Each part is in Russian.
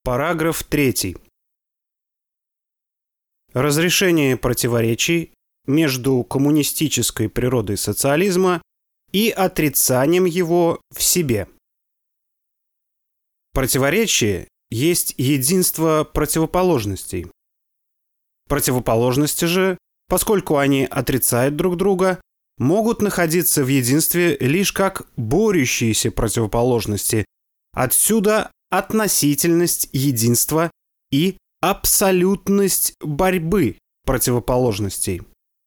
Параграф 3. Разрешение противоречий между коммунистической природой социализма и отрицанием его в себе. Противоречие есть единство противоположностей. Противоположности же, поскольку они отрицают друг друга, могут находиться в единстве лишь как борющиеся противоположности. Отсюда относительность единства и абсолютность борьбы противоположностей.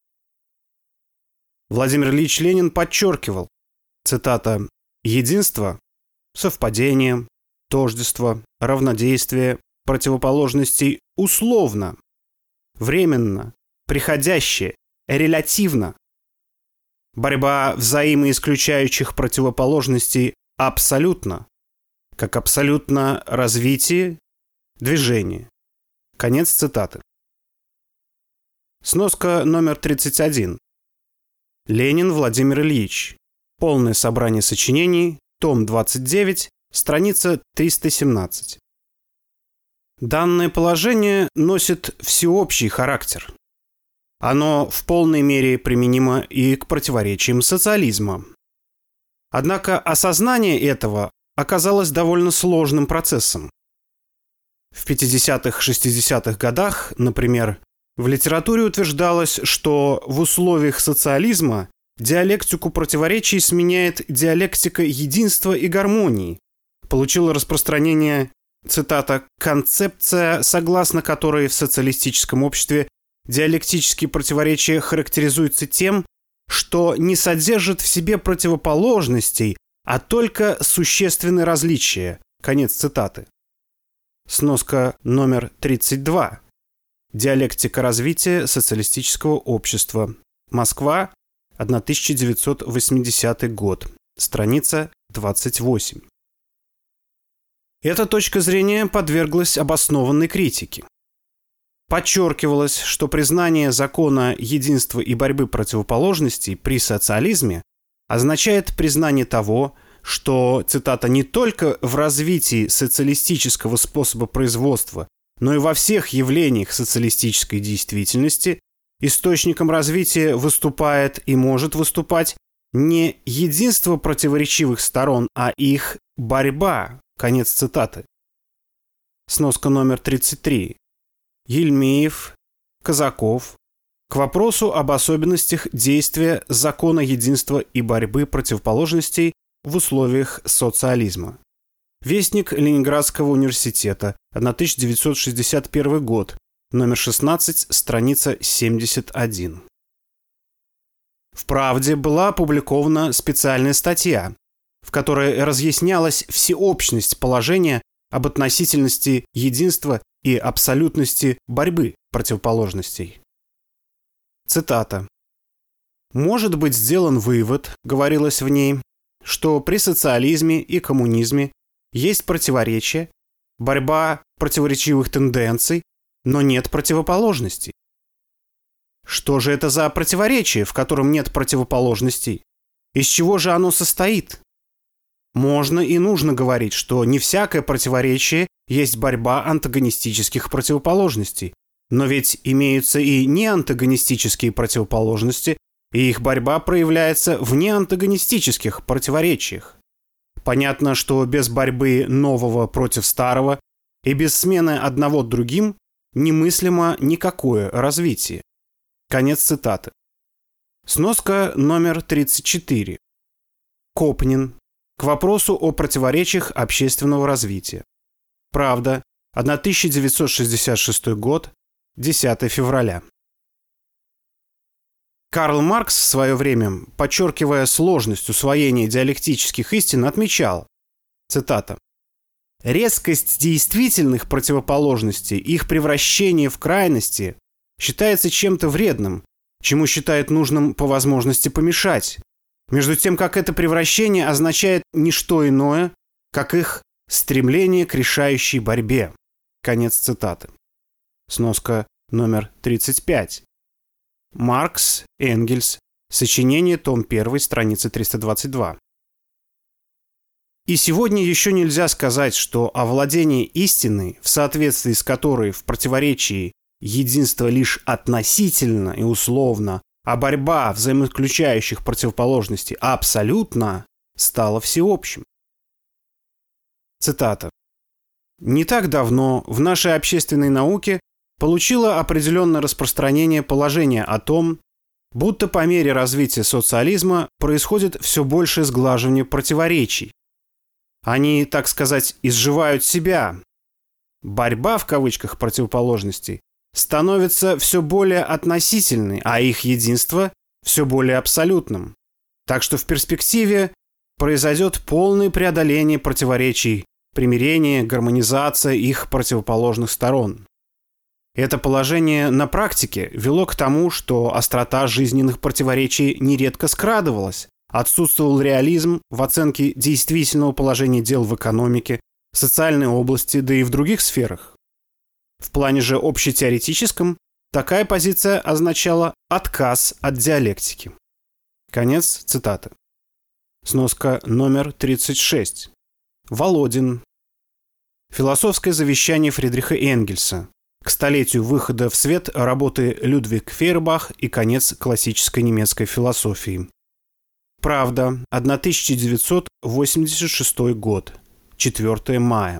Владимир Ильич Ленин подчеркивал, цитата, «Единство, совпадение, тождество, равнодействие противоположностей условно, временно, приходящее, релятивно. Борьба взаимоисключающих противоположностей абсолютно, как абсолютно развитие, движение». Конец цитаты. Сноска номер 31. Ленин Владимир Ильич. Полное собрание сочинений. Том 29. Страница 317. Данное положение носит всеобщий характер. Оно в полной мере применимо и к противоречиям социализма. Однако осознание этого оказалось довольно сложным процессом. В 50-60-х годах, например, в литературе утверждалось, что в условиях социализма диалектику противоречий сменяет диалектика единства и гармонии. Получила распространение, цитата, «концепция, согласно которой в социалистическом обществе диалектические противоречия характеризуются тем, что не содержат в себе противоположностей, а только существенные различия». Конец цитаты. Сноска номер 32. Диалектика развития социалистического общества. Москва, 1980 год. Страница 28. Эта точка зрения подверглась обоснованной критике. Подчеркивалось, что признание закона единства и борьбы противоположностей при социализме означает признание того, что, цитата, «не только в развитии социалистического способа производства, но и во всех явлениях социалистической действительности источником развития выступает и может выступать не единство противоречивых сторон, а их борьба». Конец цитаты. Сноска номер 33. Ельмеев, Казаков. К вопросу об особенностях действия закона единства и борьбы противоположностей в условиях социализма. Вестник Ленинградского университета, 1961 год, номер 16, страница 71. В «Правде» была опубликована специальная статья, в которой разъяснялась всеобщность положения об относительности единства и абсолютности борьбы противоположностей. Цитата. «Может быть сделан вывод, — говорилось в ней, — что при социализме и коммунизме есть противоречия, борьба противоречивых тенденций, но нет противоположностей. Что же это за противоречие, в котором нет противоположностей? Из чего же оно состоит? Можно и нужно говорить, что не всякое противоречие есть борьба антагонистических противоположностей, но ведь имеются и неантагонистические противоположности, и их борьба проявляется в неантагонистических противоречиях. Понятно, что без борьбы нового против старого и без смены одного другим немыслимо никакое развитие». Конец цитаты. Сноска номер 34. Копнин. К вопросу о противоречиях общественного развития. Правда. 1966 год. 10 февраля. Карл Маркс в свое время, подчеркивая сложность усвоения диалектических истин, отмечал, цитата, «Резкость действительных противоположностей, их превращение в крайности считается чем-то вредным, чему считает нужным по возможности помешать, между тем как это превращение означает не что иное, как их стремление к решающей борьбе». Конец цитаты. Сноска номер 35. Маркс, Энгельс. Сочинение, том 1, страница 322. И сегодня еще нельзя сказать, что овладение истиной, в соответствии с которой в противоречии единство лишь относительно и условно, а борьба взаимоисключающих противоположностей абсолютно, стало всеобщим. Цитата. «Не так давно в нашей общественной науке получило определенное распространение положение о том, будто по мере развития социализма происходит все большее сглаживание противоречий. Они, так сказать, изживают себя. Борьба, в кавычках, противоположностей становится все более относительной, а их единство все более абсолютным. Так что в перспективе произойдет полное преодоление противоречий, примирение, гармонизация их противоположных сторон. Это положение на практике вело к тому, что острота жизненных противоречий нередко скрадывалась, отсутствовал реализм в оценке действительного положения дел в экономике, социальной области, да и в других сферах. В плане же общетеоретическом такая позиция означала отказ от диалектики». Конец цитаты. Сноска номер 36. Володин. Философское завещание Фридриха Энгельса. К столетию выхода в свет работы Людвиг Фейербах и конец классической немецкой философии. Правда, 1986 год. 4 мая.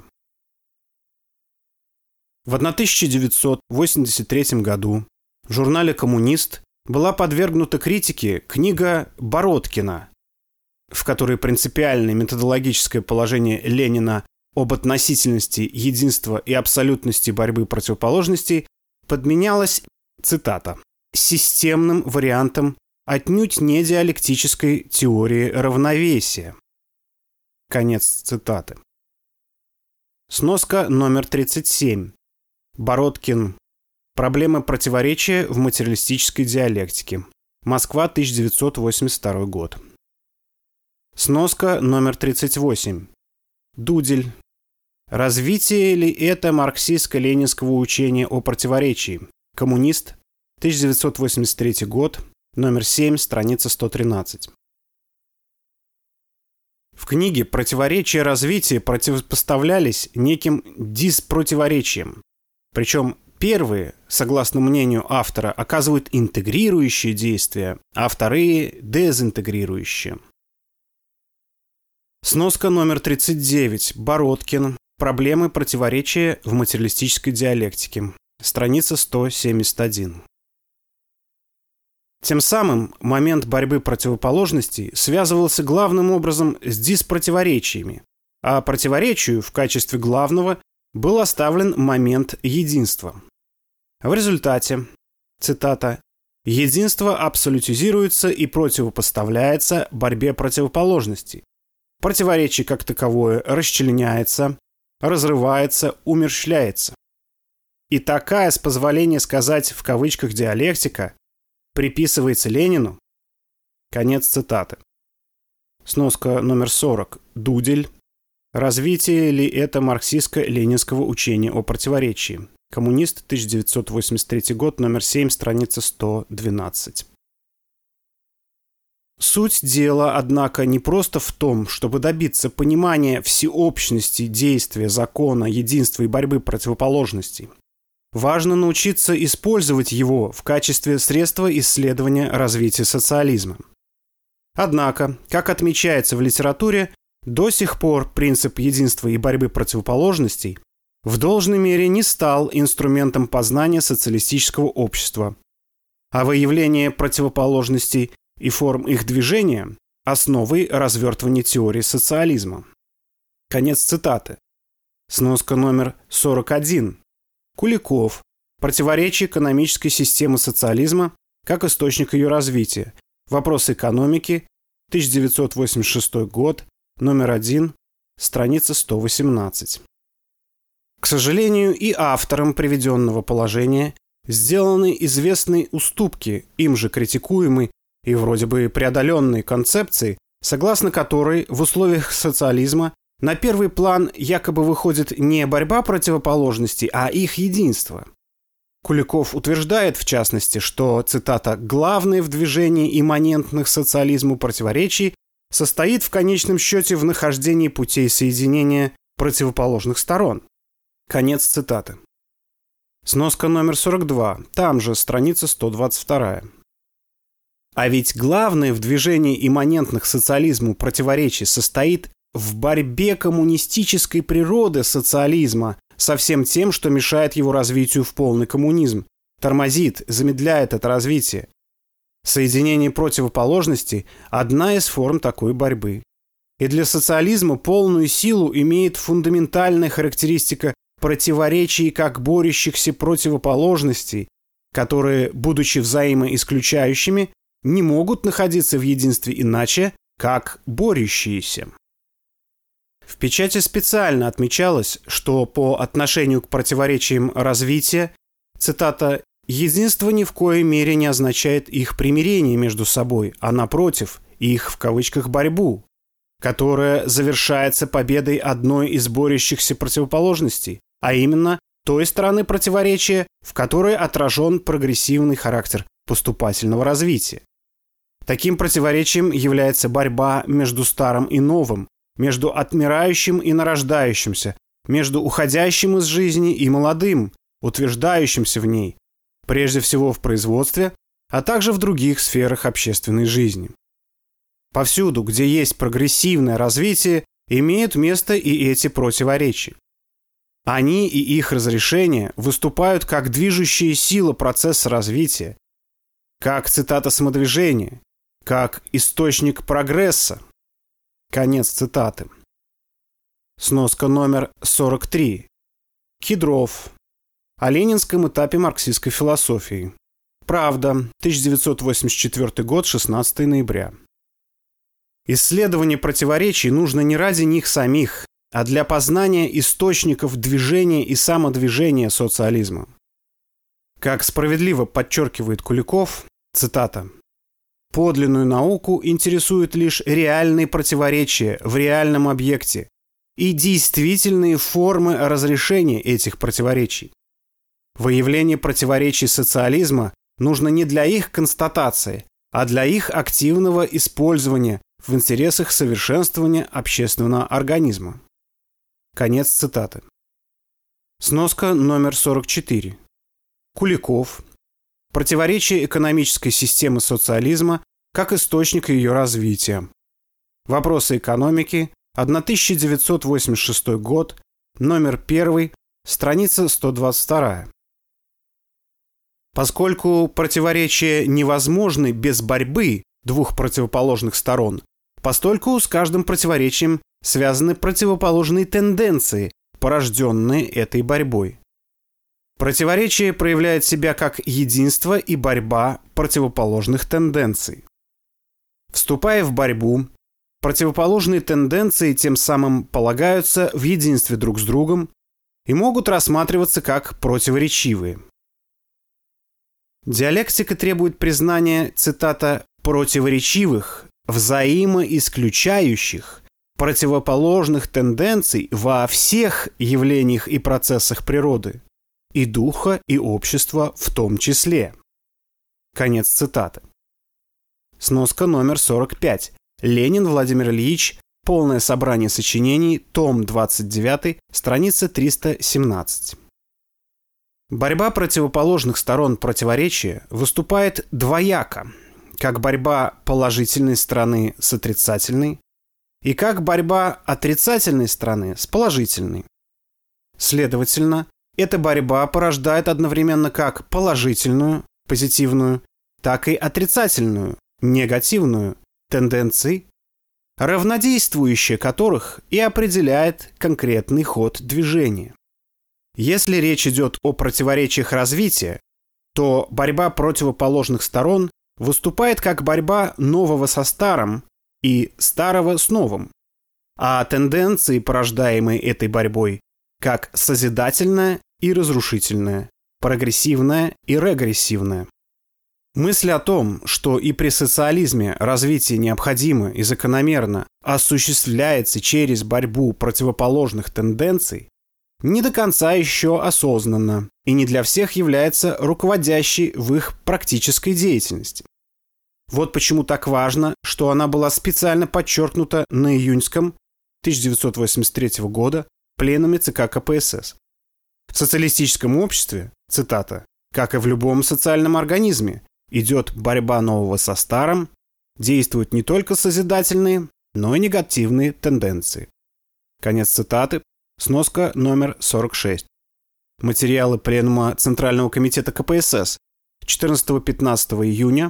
В 1983 году в журнале «Коммунист» была подвергнута критике книга Бородкина, в которой принципиальное методологическое положение Ленина об относительности, единства и абсолютности борьбы противоположностей подменялось, цитата, «системным вариантом отнюдь не диалектической теории равновесия». Конец цитаты. Сноска номер 37. Бородкин. Проблемы противоречия в материалистической диалектике. Москва, 1982 год. Сноска номер 38. Дудель. Развитие ли это марксистско-ленинского учения о противоречии? Коммунист. 1983 год. Номер 7, страница 113. В книге «Противоречия развития» противопоставлялись неким диспротиворечиям. Причем первые, согласно мнению автора, оказывают интегрирующие действия, а вторые – дезинтегрирующие. Сноска номер 39. Бородкин. Проблемы противоречия в материалистической диалектике. Страница 171. Тем самым момент борьбы противоположностей связывался главным образом с диспротиворечиями, а противоречию в качестве главного был оставлен момент единства. В результате, цитата, «единство абсолютизируется и противопоставляется борьбе противоположностей. Противоречие как таковое расчленяется, разрывается, умерщвляется. И такая, с позволения сказать в кавычках, диалектика приписывается Ленину». Конец цитаты. Сноска номер 40. Дудель. Развитие ли это марксистско-ленинского учения о противоречии? Коммунист, 1983 год, номер 7, страница 112. Суть дела, однако, не просто в том, чтобы добиться понимания всеобщности действия закона, единства и борьбы противоположностей. Важно научиться использовать его в качестве средства исследования развития социализма. Однако, как отмечается в литературе, до сих пор принцип единства и борьбы противоположностей в должной мере не стал инструментом познания социалистического общества, а выявление противоположностей и форм их движения – основой развертывания теории социализма. Конец цитаты. Сноска номер 41. Куликов. Противоречие экономической системы социализма как источник ее развития. Вопросы экономики. 1986 год. Номер 1. Страница 118. К сожалению, и авторам приведенного положения сделаны известные уступки, им же критикуемой и вроде бы преодоленной концепции, согласно которой в условиях социализма на первый план якобы выходит не борьба противоположностей, а их единство. Куликов утверждает, в частности, что, цитата, «главное в движении имманентных социализму противоречий состоит в конечном счете в нахождении путей соединения противоположных сторон. Конец цитаты. Сноска номер 42, там же страница 122. А ведь главное в движении имманентных социализму противоречий состоит в борьбе коммунистической природы социализма со всем тем, что мешает его развитию в полный коммунизм, тормозит, замедляет это развитие. Соединение противоположностей – одна из форм такой борьбы. И для социализма полную силу имеет фундаментальная характеристика противоречий как борющихся противоположностей, которые, будучи взаимоисключающими, не могут находиться в единстве иначе, как борющиеся. В печати специально отмечалось, что по отношению к противоречиям развития, цитата, «единство ни в коей мере не означает их примирение между собой, а напротив, их в кавычках борьбу, которая завершается победой одной из борющихся противоположностей, а именно той стороны противоречия, в которой отражен прогрессивный характер поступательного развития. Таким противоречием является борьба между старым и новым, между отмирающим и нарождающимся, между уходящим из жизни и молодым, утверждающимся в ней, прежде всего в производстве, а также в других сферах общественной жизни. Повсюду, где есть прогрессивное развитие, имеют место и эти противоречия. Они и их разрешение выступают как движущая сила процесса развития, как, цитата, самодвижение, как источник прогресса. Конец цитаты. Сноска номер 43. Кедров. О ленинском этапе марксистской философии. Правда. 1984 год, 16 ноября. Исследование противоречий нужно не ради них самих, а для познания источников движения и самодвижения социализма. Как справедливо подчеркивает Куликов, цитата, «Подлинную науку интересуют лишь реальные противоречия в реальном объекте и действительные формы разрешения этих противоречий. Выявление противоречий социализма нужно не для их констатации, а для их активного использования в интересах совершенствования общественного организма». Конец цитаты. Сноска номер 44. Куликов. Противоречие экономической системы социализма как источник ее развития. Вопросы экономики. 1986 год. Номер 1. Страница 122. Поскольку противоречия невозможны без борьбы двух противоположных сторон, постольку с каждым противоречием связаны противоположные тенденции, порожденные этой борьбой. Противоречие проявляет себя как единство и борьба противоположных тенденций. Вступая в борьбу, противоположные тенденции тем самым полагаются в единстве друг с другом и могут рассматриваться как противоречивые. Диалектика требует признания, цитата, «противоречивых, взаимоисключающих, противоположных тенденций во всех явлениях и процессах природы, и духа, и общества в том числе». Конец цитаты. Сноска номер 45. Ленин Владимир Ильич. Полное собрание сочинений. Том 29. Страница 317. Борьба противоположных сторон противоречия выступает двояко, как борьба положительной стороны с отрицательной и как борьба отрицательной стороны с положительной. Следовательно, эта борьба порождает одновременно как положительную, позитивную, так и отрицательную, негативную тенденции, равнодействующие которых и определяет конкретный ход движения. Если речь идет о противоречиях развития, то борьба противоположных сторон выступает как борьба нового со старым и старого с новым, а тенденции, порождаемые этой борьбой, как созидательная и разрушительная, прогрессивная и регрессивная. Мысль о том, что и при социализме развитие необходимо и закономерно осуществляется через борьбу противоположных тенденций, не до конца еще осознанна и не для всех является руководящей в их практической деятельности. Вот почему так важно, что она была специально подчеркнута на июньском 1983 года пленуме ЦК КПСС. В социалистическом обществе, цитата, «как и в любом социальном организме, идет борьба нового со старым, действуют не только созидательные, но и негативные тенденции». Конец цитаты. Сноска номер 46. Материалы пленума Центрального комитета КПСС 14-15 июня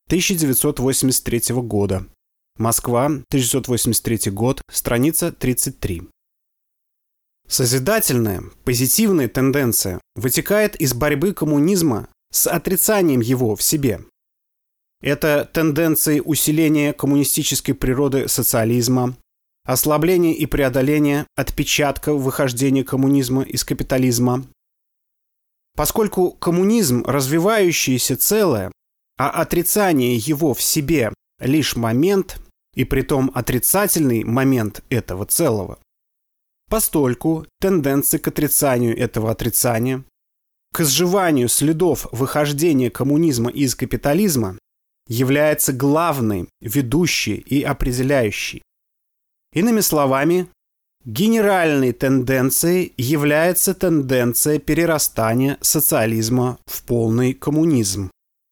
1983 года. Москва, 1983 год, страница 33. Созидательная, позитивная тенденция вытекает из борьбы коммунизма с отрицанием его в себе. Это тенденции усиления коммунистической природы социализма, ослабления и преодоления отпечатков выхождения коммунизма из капитализма. Поскольку коммунизм – развивающееся целое, а отрицание его в себе – лишь момент, и притом отрицательный момент этого целого, постольку тенденция к отрицанию этого отрицания, к изживанию следов выхождения коммунизма из капитализма является главной, ведущей и определяющей. Иными словами, генеральной тенденцией является тенденция перерастания социализма в полный коммунизм.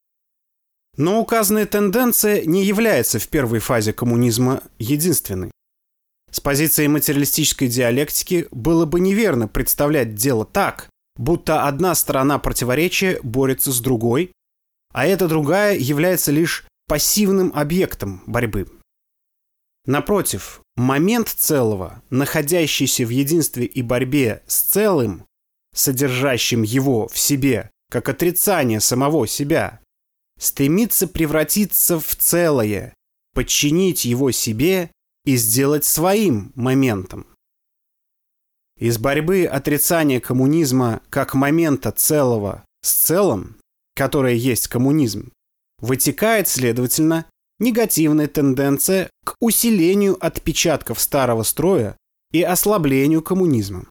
Но указанная тенденция не является в первой фазе коммунизма единственной. С позиции материалистической диалектики было бы неверно представлять дело так, будто одна сторона противоречия борется с другой, а эта другая является лишь пассивным объектом борьбы. Напротив, момент целого, находящийся в единстве и борьбе с целым, содержащим его в себе как отрицание самого себя, стремится превратиться в целое, подчинить его себе и сделать своим моментом. Из борьбы отрицания коммунизма как момента целого с целым, которое есть коммунизм, вытекает, следовательно, негативная тенденция к усилению отпечатков старого строя и ослаблению коммунизма.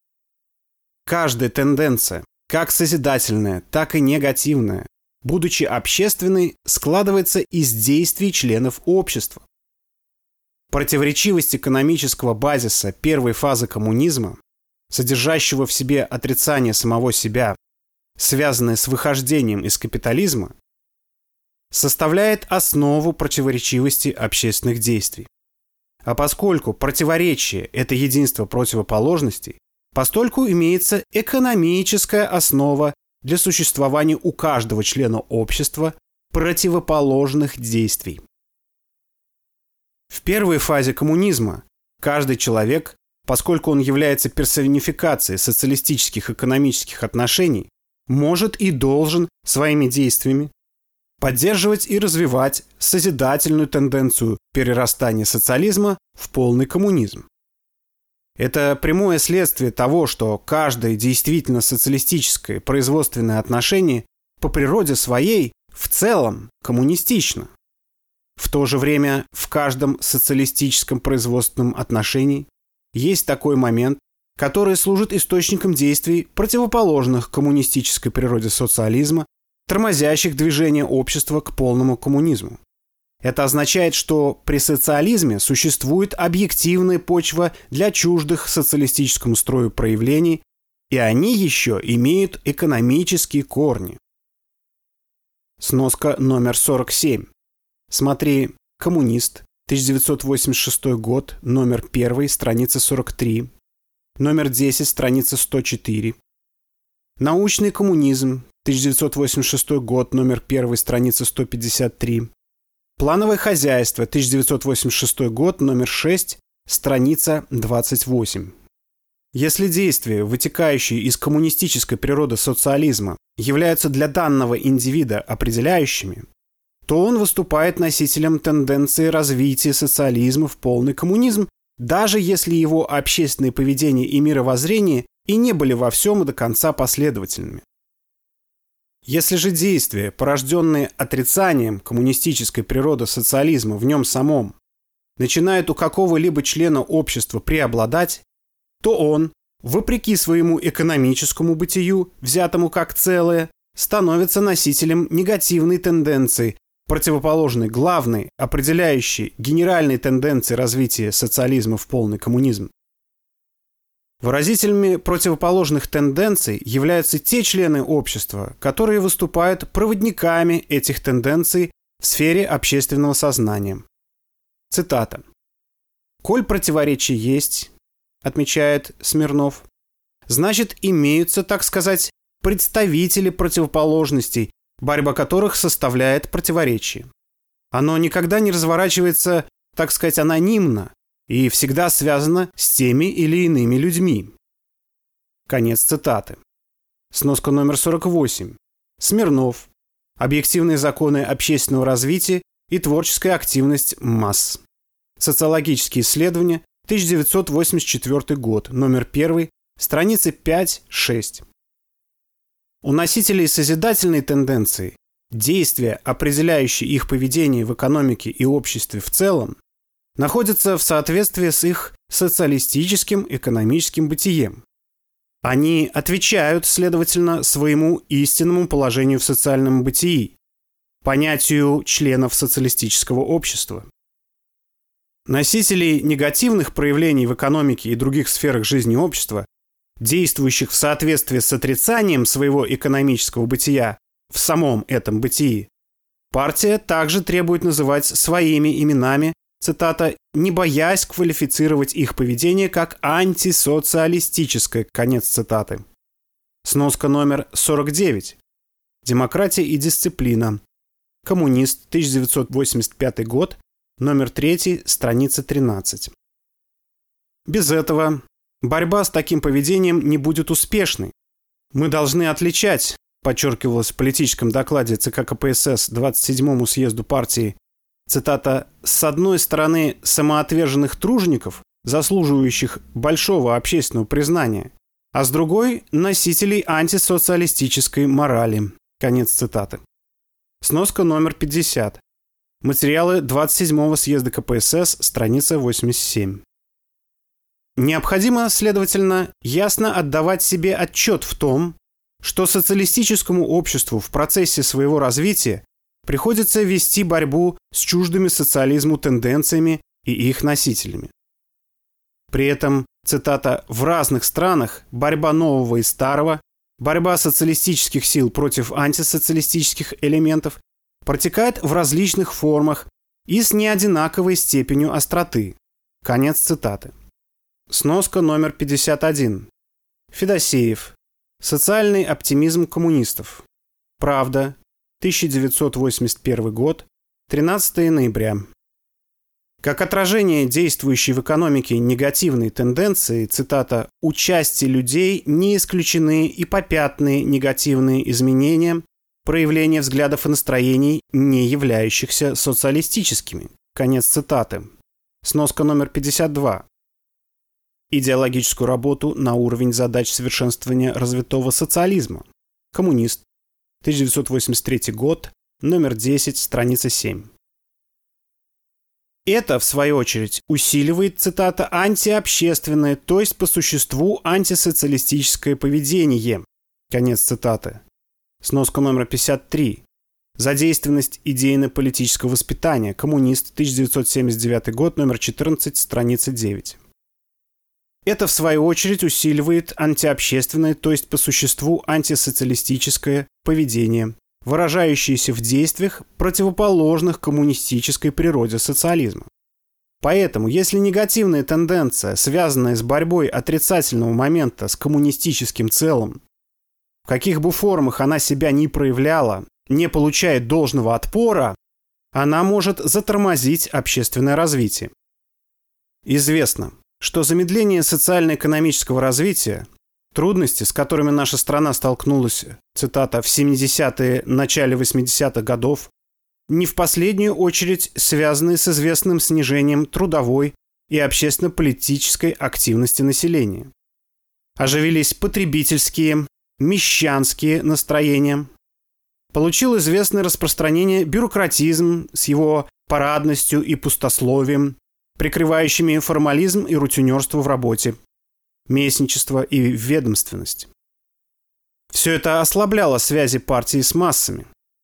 Каждая тенденция, как созидательная, так и негативная, будучи общественной, складывается из действий членов общества. Противоречивость экономического базиса первой фазы коммунизма, содержащего в себе отрицание самого себя, связанное с выхождением из капитализма, составляет основу противоречивости общественных действий. А поскольку противоречие – это единство противоположностей, постольку имеется экономическая основа для существования у каждого члена общества противоположных действий. В первой фазе коммунизма каждый человек, поскольку он является персонификацией социалистических экономических отношений, может и должен своими действиями поддерживать и развивать созидательную тенденцию перерастания социализма в полный коммунизм. Это прямое следствие того, что каждое действительно социалистическое производственное отношение по природе своей в целом коммунистично. В то же время в каждом социалистическом производственном отношении есть такой момент, который служит источником действий, противоположных коммунистической природе социализма, тормозящих движение общества к полному коммунизму. Это означает, что при социализме существует объективная почва для чуждых социалистическому строю проявлений, и они еще имеют экономические корни. Сноска номер 47. Смотри «Коммунист», 1986 год, номер 1, страница 43, номер 10, страница 104. «Научный коммунизм», 1986 год, номер 1, страница 153. «Плановое хозяйство», 1986 год, номер 6, страница 28. Если действия, вытекающие из коммунистической природы социализма, являются для данного индивида определяющими, то он выступает носителем тенденции развития социализма в полный коммунизм, даже если его общественное поведение и мировоззрение и не были во всем и до конца последовательными. Если же действия, порожденные отрицанием коммунистической природы социализма в нем самом, начинают у какого-либо члена общества преобладать, то он, вопреки своему экономическому бытию, взятому как целое, становится носителем негативной тенденции, противоположной главной, определяющей генеральной тенденции развития социализма в полный коммунизм. Выразителями противоположных тенденций являются те члены общества, которые выступают проводниками этих тенденций в сфере общественного сознания. Цитата. «Коль противоречия есть, — отмечает Смирнов, — значит, имеются, так сказать, представители противоположностей, борьба которых составляет противоречие. Оно никогда не разворачивается, так сказать, анонимно и всегда связано с теми или иными людьми». Конец цитаты. Сноска номер 48. Смирнов. Объективные законы общественного развития и творческая активность масс. Социологические исследования, 1984 год, номер 1, страницы 5-6. У носителей созидательной тенденции действия, определяющие их поведение в экономике и обществе в целом, находятся в соответствии с их социалистическим экономическим бытием. Они отвечают, следовательно, своему истинному положению в социальном бытии, понятию членов социалистического общества. Носителей негативных проявлений в экономике и других сферах жизни общества, действующих в соответствии с отрицанием своего экономического бытия в самом этом бытии, партия также требует называть своими именами, цитата, «не боясь квалифицировать их поведение как антисоциалистическое», конец цитаты. Сноска номер 49. «Демократия и дисциплина». Коммунист, 1985 год, номер 3, страница 13. Без этого борьба с таким поведением не будет успешной. Мы должны отличать, подчеркивалось в политическом докладе ЦК КПСС 27-му съезду партии, цитата, «с одной стороны самоотверженных тружеников, заслуживающих большого общественного признания, а с другой – носителей антисоциалистической морали». Конец цитаты. Сноска номер 50. Материалы 27-го съезда КПСС, страница 87. Необходимо, следовательно, ясно отдавать себе отчет в том, что социалистическому обществу в процессе своего развития приходится вести борьбу с чуждыми социализму тенденциями и их носителями. При этом, цитата, «в разных странах борьба нового и старого, борьба социалистических сил против антисоциалистических элементов протекает в различных формах и с неодинаковой степенью остроты». Конец цитаты. Сноска номер 51. Федосеев. Социальный оптимизм коммунистов. Правда. 1981 год. 13 ноября. Как отражение действующей в экономике негативной тенденции, цитата, «у части людей не исключены и попятные негативные изменения, проявления взглядов и настроений, не являющихся социалистическими». Конец цитаты. Сноска номер 52. Идеологическую работу на уровень задач совершенствования развитого социализма. Коммунист. 1983 год. Номер 10. Страница 7. Это, в свою очередь, усиливает, цитата, «антиобщественное, то есть по существу антисоциалистическое поведение». Конец цитаты. Сноска номер 53. Задействованность идейно-политического воспитания. Коммунист. 1979 год. Номер 14. Страница 9. Это, в свою очередь, усиливает антиобщественное, то есть по существу антисоциалистическое поведение, выражающееся в действиях, противоположных коммунистической природе социализма. Поэтому, если негативная тенденция, связанная с борьбой отрицательного момента с коммунистическим целым, в каких бы формах она себя ни проявляла, не получает должного отпора, она может затормозить общественное развитие. Известно, что замедление социально-экономического развития, трудности, с которыми наша страна столкнулась, цитата, в 70-е, начале 80-х годов, не в последнюю очередь связаны с известным снижением трудовой и общественно-политической активности населения. Оживились потребительские, мещанские настроения. Получил известное распространение бюрократизм с его парадностью и пустословием, прикрывающими формализм и рутинерство в работе, местничество и ведомственность. Все это ослабляло связи партии с массами.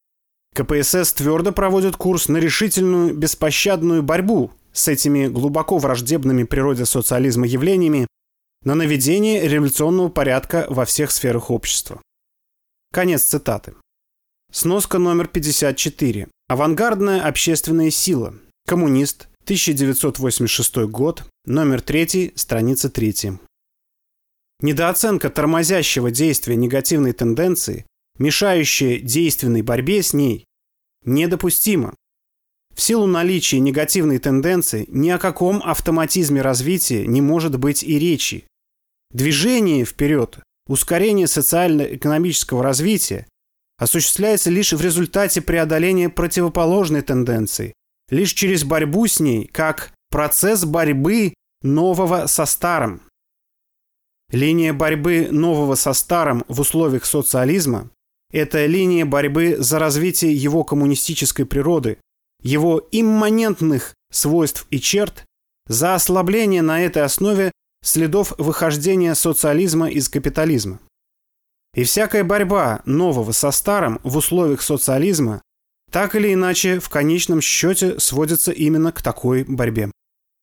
КПСС твердо проводит курс на решительную, беспощадную борьбу с этими глубоко враждебными природе социализма явлениями, на наведение революционного порядка во всех сферах общества. Конец цитаты. Сноска номер 54. Авангардная общественная сила. Коммунист. 1986 год. Номер 3. Страница 3. Недооценка тормозящего действия негативной тенденции, мешающая действенной борьбе с ней, недопустима. В силу наличия негативной тенденции ни о каком автоматизме развития не может быть и речи. Движение вперед, ускорение социально-экономического развития осуществляется лишь в результате преодоления противоположной тенденции, лишь через борьбу с ней, как процесс борьбы нового со старым. Линия борьбы нового со старым в условиях социализма – это линия борьбы за развитие его коммунистической природы, его имманентных свойств и черт, за ослабление на этой основе следов выхождения социализма из капитализма. И всякая борьба нового со старым в условиях социализма так или иначе в конечном счете сводится именно к такой борьбе.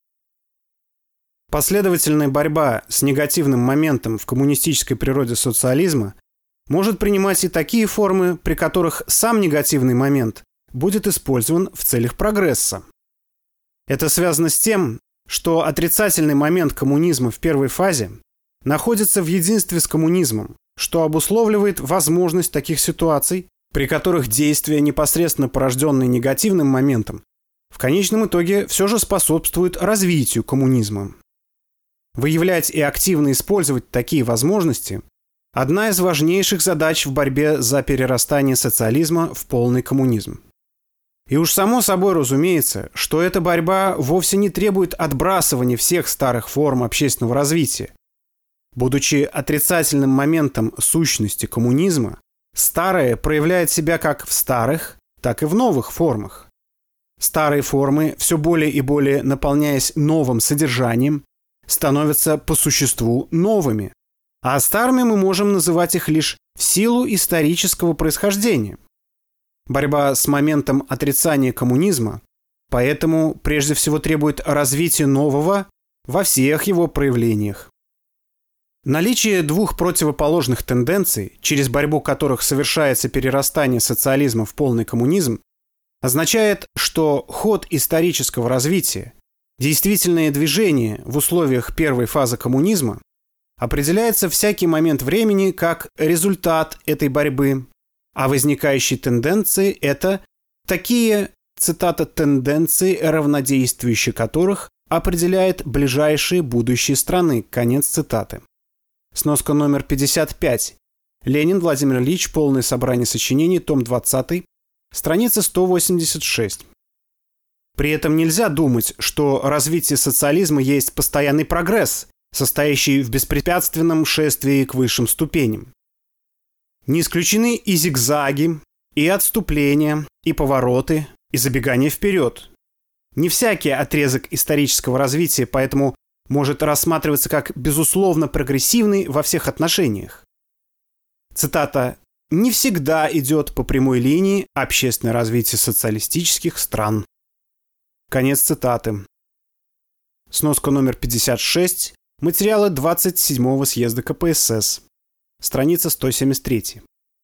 Последовательная борьба с негативным моментом в коммунистической природе социализма может принимать и такие формы, при которых сам негативный момент будет использован в целях прогресса. Это связано с тем, что отрицательный момент коммунизма в первой фазе находится в единстве с коммунизмом, что обусловливает возможность таких ситуаций, при которых действия, непосредственно порожденные негативным моментом, в конечном итоге все же способствуют развитию коммунизма. Выявлять и активно использовать такие возможности – одна из важнейших задач в борьбе за перерастание социализма в полный коммунизм. И уж само собой разумеется, что эта борьба вовсе не требует отбрасывания всех старых форм общественного развития. Будучи отрицательным моментом сущности коммунизма, старое проявляет себя как в старых, так и в новых формах. Старые формы, все более и более наполняясь новым содержанием, становятся по существу новыми, а старыми мы можем называть их лишь в силу исторического происхождения. Борьба с моментом отрицания коммунизма поэтому прежде всего требует развития нового во всех его проявлениях. Наличие двух противоположных тенденций, через борьбу которых совершается перерастание социализма в полный коммунизм, означает, что ход исторического развития, действительное движение в условиях первой фазы коммунизма определяется всякий момент времени как результат этой борьбы, а возникающие тенденции – это такие, цитата, «тенденции, равнодействующие которых определяет ближайшие будущие страны». Конец цитаты. Сноска номер 55. Ленин Владимир Ильич. Полное собрание сочинений. Том 20. Страница 186. При этом нельзя думать, что развитие социализма есть постоянный прогресс, состоящий в беспрепятственном шествии к высшим ступеням. Не исключены и зигзаги, и отступления, и повороты, и забегания вперед. Не всякий отрезок исторического развития поэтому может рассматриваться как безусловно прогрессивный во всех отношениях. Цитата: «Не всегда идет по прямой линии общественное развитие социалистических стран». Конец цитаты. Сноска номер 56. Материалы 27-го съезда КПСС. Страница 173.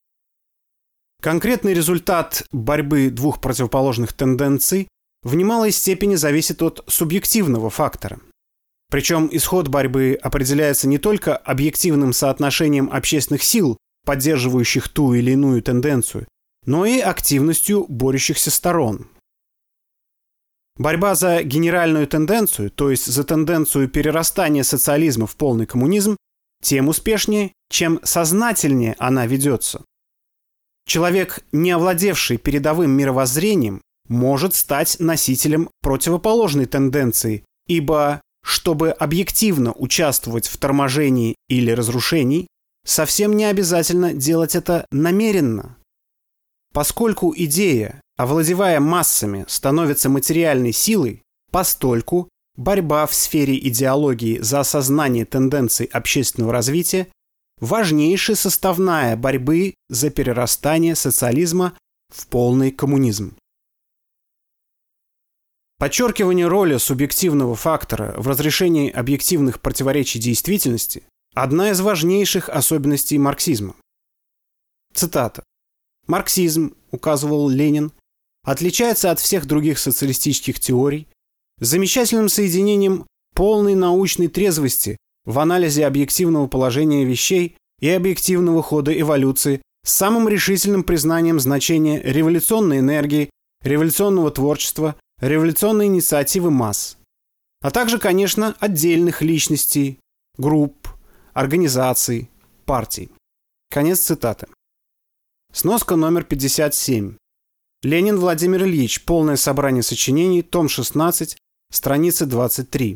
Конкретный результат борьбы двух противоположных тенденций в немалой степени зависит от субъективного фактора. Причем исход борьбы определяется не только объективным соотношением общественных сил, поддерживающих ту или иную тенденцию, но и активностью борющихся сторон. Борьба за генеральную тенденцию, то есть за тенденцию перерастания социализма в полный коммунизм, тем успешнее, чем сознательнее она ведется. Человек, не овладевший передовым мировоззрением, может стать носителем противоположной тенденции, ибо, чтобы объективно участвовать в торможении или разрушении, совсем не обязательно делать это намеренно. Поскольку идея, овладевая массами, становится материальной силой, постольку борьба в сфере идеологии за осознание тенденций общественного развития важнейшая составная борьбы за перерастание социализма в полный коммунизм. Подчеркивание роли субъективного фактора в разрешении объективных противоречий действительности – одна из важнейших особенностей марксизма. Цитата. «Марксизм, — указывал Ленин, — отличается от всех других социалистических теорий замечательным соединением полной научной трезвости в анализе объективного положения вещей и объективного хода эволюции с самым решительным признанием значения революционной энергии, революционного творчества, революционной инициативы масс, а также, конечно, отдельных личностей, групп, организаций, партий». Конец цитаты. Сноска номер 57. Ленин Владимир Ильич. Полное собрание сочинений. Том 16. Страница 23.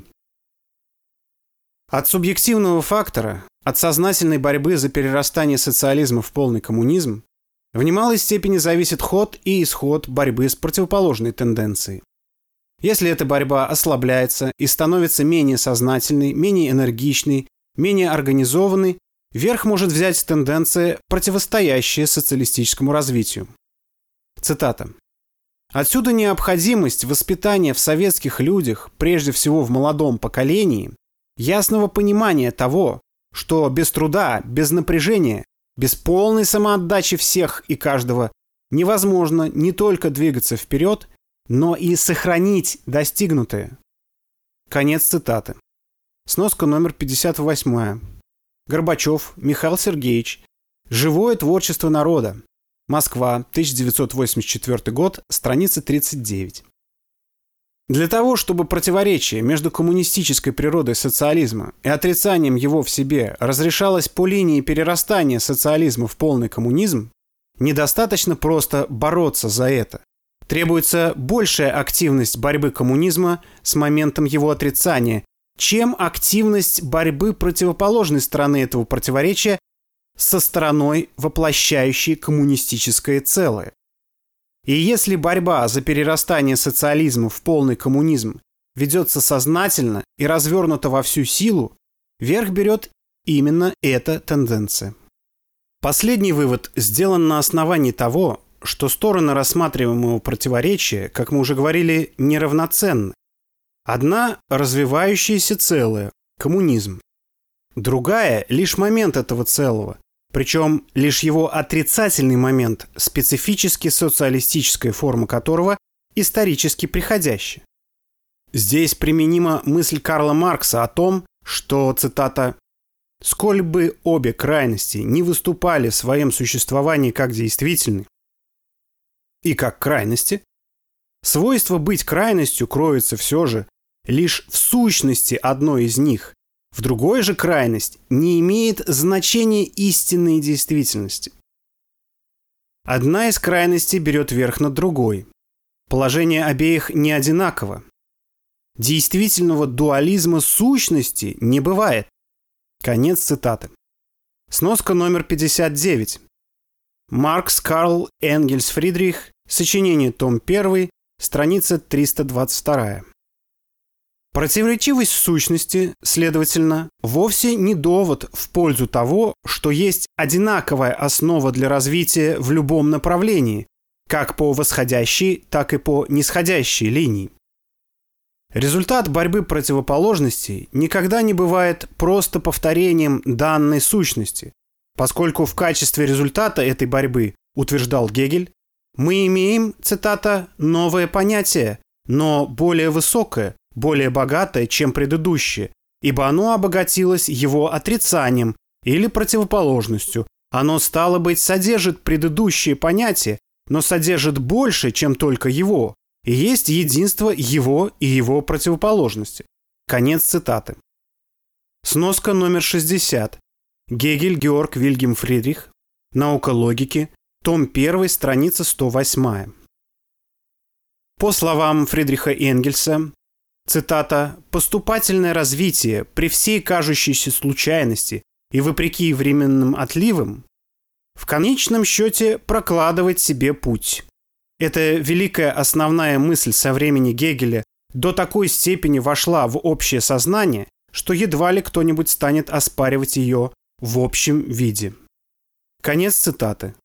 От субъективного фактора, от сознательной борьбы за перерастание социализма в полный коммунизм, в немалой степени зависит ход и исход борьбы с противоположной тенденцией. Если эта борьба ослабляется и становится менее сознательной, менее энергичной, менее организованной, верх может взять тенденция, противостоящая социалистическому развитию. Цитата. «Отсюда необходимость воспитания в советских людях, прежде всего в молодом поколении, ясного понимания того, что без труда, без напряжения, без полной самоотдачи всех и каждого невозможно не только двигаться вперед, но и сохранить достигнутое». Конец цитаты. Сноска номер 58. Горбачев Михаил Сергеевич. «Живое творчество народа». Москва, 1984 год, страница 39. Для того, чтобы противоречие между коммунистической природой социализма и отрицанием его в себе разрешалось по линии перерастания социализма в полный коммунизм, недостаточно просто бороться за это. Требуется большая активность борьбы коммунизма с моментом его отрицания, чем активность борьбы противоположной стороны этого противоречия со стороной, воплощающей коммунистическое целое. И если борьба за перерастание социализма в полный коммунизм ведется сознательно и развернута во всю силу, верх берет именно эта тенденция. Последний вывод сделан на основании того, что стороны рассматриваемого противоречия, как мы уже говорили, неравноценны. Одна – развивающееся целое – коммунизм. Другая – лишь момент этого целого, причем лишь его отрицательный момент, специфически социалистическая форма которого исторически приходящая. Здесь применима мысль Карла Маркса о том, что, цитата, «сколь бы обе крайности не выступали в своем существовании как действительны и как крайности, свойство быть крайностью кроется все же лишь в сущности одной из них. В другой же крайность не имеет значения истинной действительности. Одна из крайностей берет верх над другой. Положение обеих не одинаково. Действительного дуализма сущности не бывает». Конец цитаты. Сноска номер 59. Маркс Карл Энгельс Фридрих. Сочинение, том 1, страница 322. Противоречивость сущности, следовательно, вовсе не довод в пользу того, что есть одинаковая основа для развития в любом направлении, как по восходящей, так и по нисходящей линии. Результат борьбы противоположностей никогда не бывает просто повторением данной сущности, поскольку в качестве результата этой борьбы, утверждал Гегель, мы имеем, цитата, «новое понятие, но более высокое, более богатое, чем предыдущее, ибо оно обогатилось его отрицанием или противоположностью. Оно, стало быть, содержит предыдущее понятие, но содержит больше, чем только его, и есть единство его и его противоположности». Конец цитаты. Сноска номер 60. Гегель Георг Вильгельм Фридрих. Наука логики. Том 1, страница 108. По словам Фридриха Энгельса, цитата, «поступательное развитие при всей кажущейся случайности и вопреки временным отливам в конечном счете прокладывает себе путь». Эта великая основная мысль со времени Гегеля до такой степени вошла в общее сознание, что едва ли кто-нибудь станет оспаривать ее в общем виде. Конец цитаты.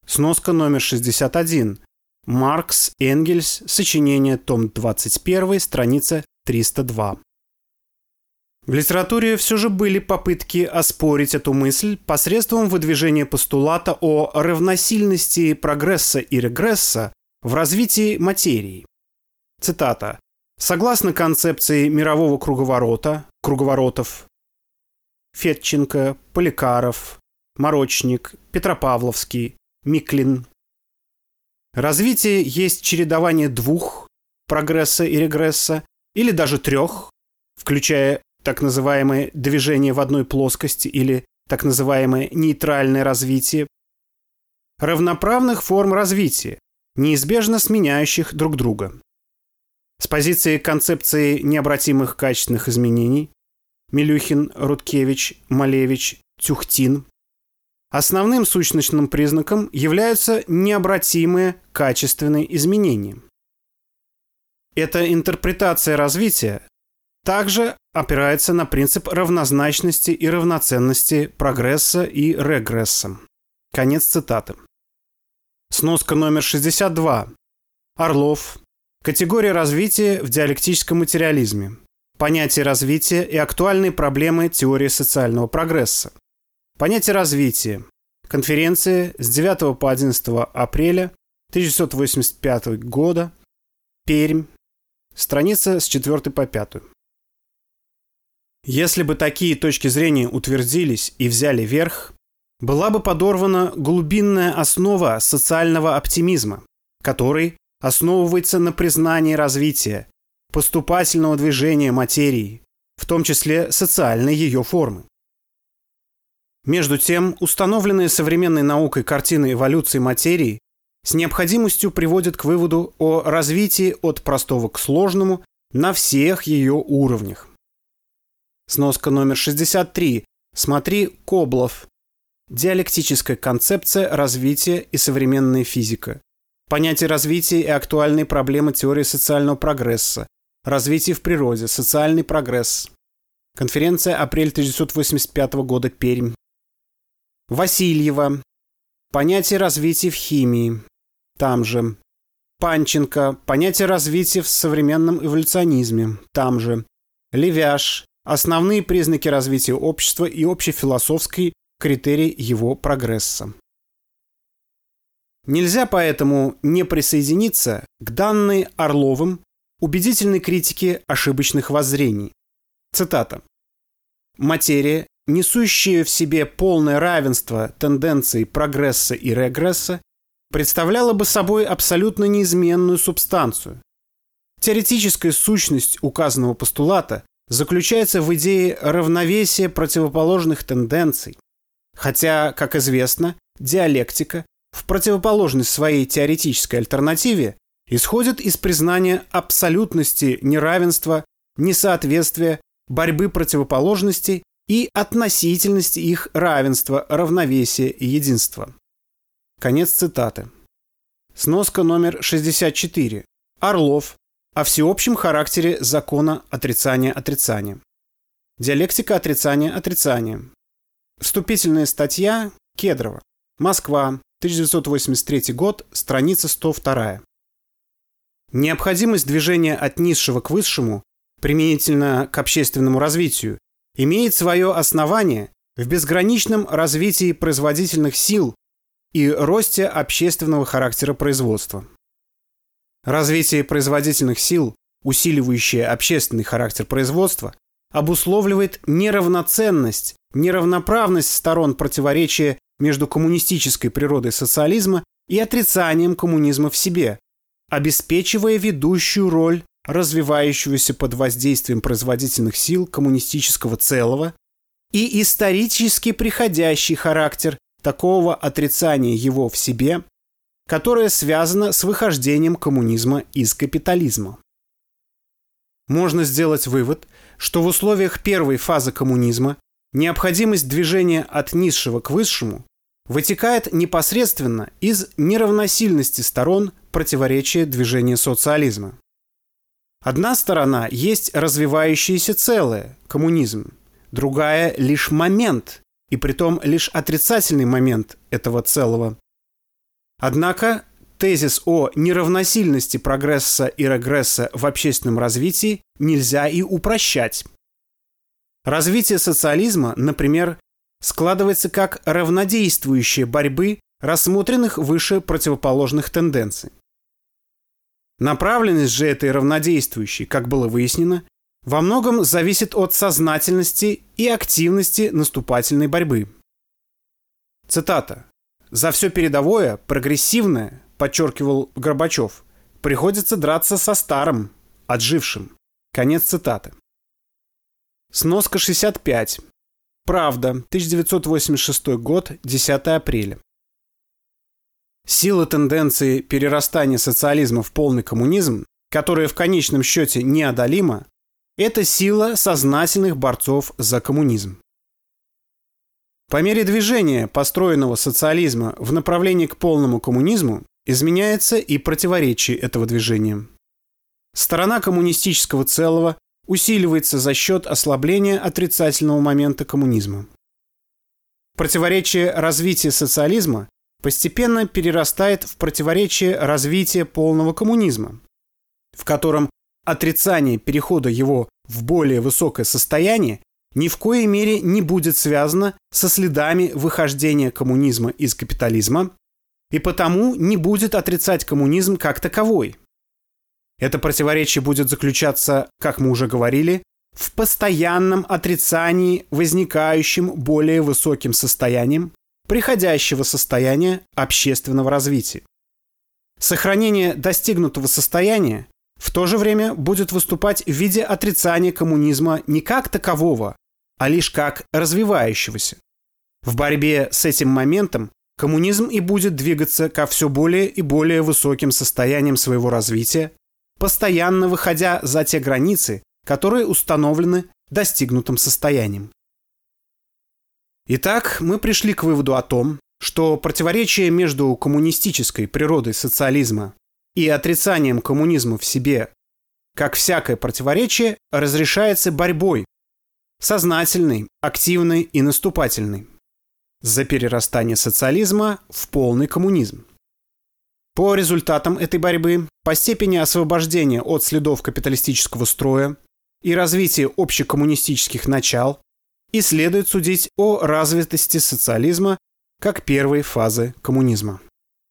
Сноска номер 61. Маркс, Энгельс, сочинение, том 21, страница 302. В литературе все же были попытки оспорить эту мысль посредством выдвижения постулата о равносильности прогресса и регресса в развитии материи. Цитата. Согласно концепции мирового круговоротов Федченко, Поликаров, Морочник, Петропавловский, Миклин. Развитие есть чередование двух прогресса и регресса, или даже трех, включая так называемое движение в одной плоскости или так называемое нейтральное развитие, равноправных форм развития, неизбежно сменяющих друг друга. С позиции концепции необратимых качественных изменений Милюхин, Рудкевич, Малевич, Тюхтин основным сущностным признаком являются необратимые качественные изменения. Эта интерпретация развития также опирается на принцип равнозначности и равноценности прогресса и регресса. Конец цитаты. Сноска номер 62. Орлов. Категория развития в диалектическом материализме. Понятие развития и актуальные проблемы теории социального прогресса. Понятие развития. Конференция с 9 по 11 апреля 1985 года. Пермь. Страница с 4 по 5. Если бы такие точки зрения утвердились и взяли верх, была бы подорвана глубинная основа социального оптимизма, который основывается на признании развития, поступательного движения материи, в том числе социальной ее формы. Между тем, установленные современной наукой картины эволюции материи с необходимостью приводят к выводу о развитии от простого к сложному на всех ее уровнях. Сноска номер 63. Смотри Коблов. Диалектическая концепция развития и современная физика. Понятие развития и актуальные проблемы теории социального прогресса. Развитие в природе. Социальный прогресс. Конференция апрель 1985 года. Пермь. Васильева. Понятие развития в химии. Там же. Панченко. Понятие развития в современном эволюционизме. Там же. Левяш. Основные признаки развития общества и общефилософский критерий его прогресса. Нельзя поэтому не присоединиться к данной Орловым убедительной критике ошибочных воззрений. Цитата. «Материя, несущая в себе полное равенство тенденций прогресса и регресса, представляла бы собой абсолютно неизменную субстанцию. Теоретическая сущность указанного постулата заключается в идее равновесия противоположных тенденций, хотя, как известно, диалектика в противоположность своей теоретической альтернативе исходит из признания абсолютности неравенства, несоответствия, борьбы противоположностей и относительности их равенства, равновесия и единства». Конец цитаты. Сноска номер 64. Орлов. О всеобщем характере закона отрицания-отрицания. Диалектика отрицания-отрицания. Вступительная статья Кедрова. Москва. 1983 год. Страница 102. Необходимость движения от низшего к высшему, применительно к общественному развитию, имеет свое основание в безграничном развитии производительных сил и росте общественного характера производства. Развитие производительных сил, усиливающее общественный характер производства, обусловливает неравноценность, неравноправность сторон противоречия между коммунистической природой социализма и отрицанием коммунизма в себе, обеспечивая ведущую роль развивающегося под воздействием производительных сил коммунистического целого и исторически приходящий характер такого отрицания его в себе, которое связано с выхождением коммунизма из капитализма. Можно сделать вывод, что в условиях первой фазы коммунизма необходимость движения от низшего к высшему вытекает непосредственно из неравносильности сторон противоречия движения социализма. Одна сторона есть развивающееся целое, коммунизм, другая – лишь момент, и притом лишь отрицательный момент этого целого. Однако тезис о неравносильности прогресса и регресса в общественном развитии нельзя и упрощать. Развитие социализма, например, складывается как равнодействующее борьбы рассмотренных выше противоположных тенденций. Направленность же этой равнодействующей, как было выяснено, во многом зависит от сознательности и активности наступательной борьбы. Цитата. «За все передовое, прогрессивное, подчеркивал Горбачев, приходится драться со старым, отжившим». Конец цитаты. Сноска 65. Правда, 1986 год, 10 апреля. Сила тенденции перерастания социализма в полный коммунизм, которая в конечном счете неодолима, это сила сознательных борцов за коммунизм. По мере движения построенного социализма в направлении к полному коммунизму изменяется и противоречие этого движения. Сторона коммунистического целого усиливается за счет ослабления отрицательного момента коммунизма. Противоречие развития социализма постепенно перерастает в противоречие развития полного коммунизма, в котором отрицание перехода его в более высокое состояние ни в коей мере не будет связано со следами выхождения коммунизма из капитализма и потому не будет отрицать коммунизм как таковой. Это противоречие будет заключаться, как мы уже говорили, в постоянном отрицании возникающим более высоким состоянием приходящего состояния общественного развития. Сохранение достигнутого состояния в то же время будет выступать в виде отрицания коммунизма не как такового, а лишь как развивающегося. В борьбе с этим моментом коммунизм и будет двигаться ко все более и более высоким состояниям своего развития, постоянно выходя за те границы, которые установлены достигнутым состоянием. Итак, мы пришли к выводу о том, что противоречие между коммунистической природой социализма и отрицанием коммунизма в себе, как всякое противоречие, разрешается борьбой, сознательной, активной и наступательной, за перерастание социализма в полный коммунизм. По результатам этой борьбы, по степени освобождения от следов капиталистического строя и развития общекоммунистических начал, и следует судить о развитости социализма как первой фазы коммунизма.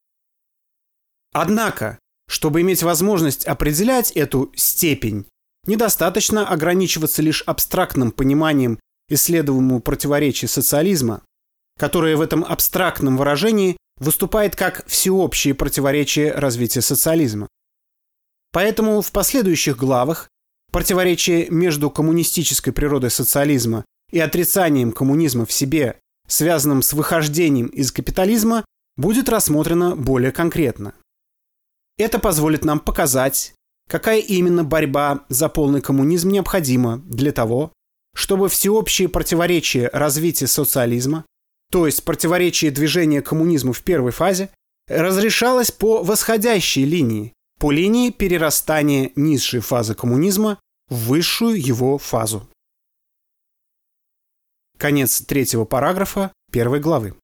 Однако, чтобы иметь возможность определять эту степень, недостаточно ограничиваться лишь абстрактным пониманием исследуемого противоречия социализма, которое в этом абстрактном выражении выступает как всеобщее противоречие развития социализма. Поэтому в последующих главах противоречие между коммунистической природой социализма и отрицанием коммунизма в себе, связанным с выхождением из капитализма, будет рассмотрено более конкретно. Это позволит нам показать, какая именно борьба за полный коммунизм необходима для того, чтобы всеобщее противоречие развития социализма, то есть противоречие движения коммунизма в первой фазе, разрешалось по восходящей линии, по линии перерастания низшей фазы коммунизма в высшую его фазу. Конец 3 параграфа 1 главы.